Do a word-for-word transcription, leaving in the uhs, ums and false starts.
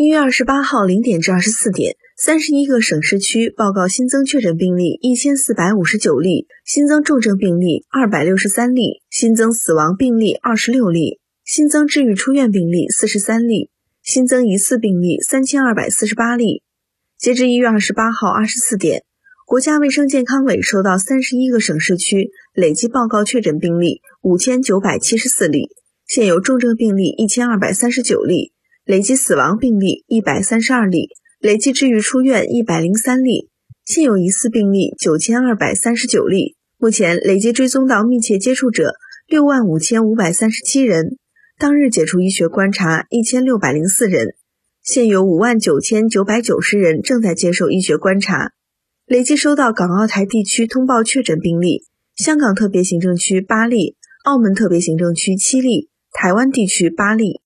一月二十八号零点至二十四点，三十一个省市区报告新增确诊病例一千四百五十九例，新增重症病例二百六十三例，新增死亡病例二十六例，新增治愈出院病例四十三例，新增疑似病例三千二百四十八例。截至一月二十八号二十四点，国家卫生健康委收到三十一个省市区累计报告确诊病例五千九百七十四例，现有重症病例一千二百三十九例，累计死亡病例一百三十二例，累计治愈出院一百零三例，现有疑似病例九千二百三十九例。目前累计追踪到密切接触者六万五千五百三十七人，当日解除医学观察一千六百零四人，现有五万九千九百九十人正在接受医学观察。累计收到港澳台地区通报确诊病例，香港特别行政区八例，澳门特别行政区七例，台湾地区八例。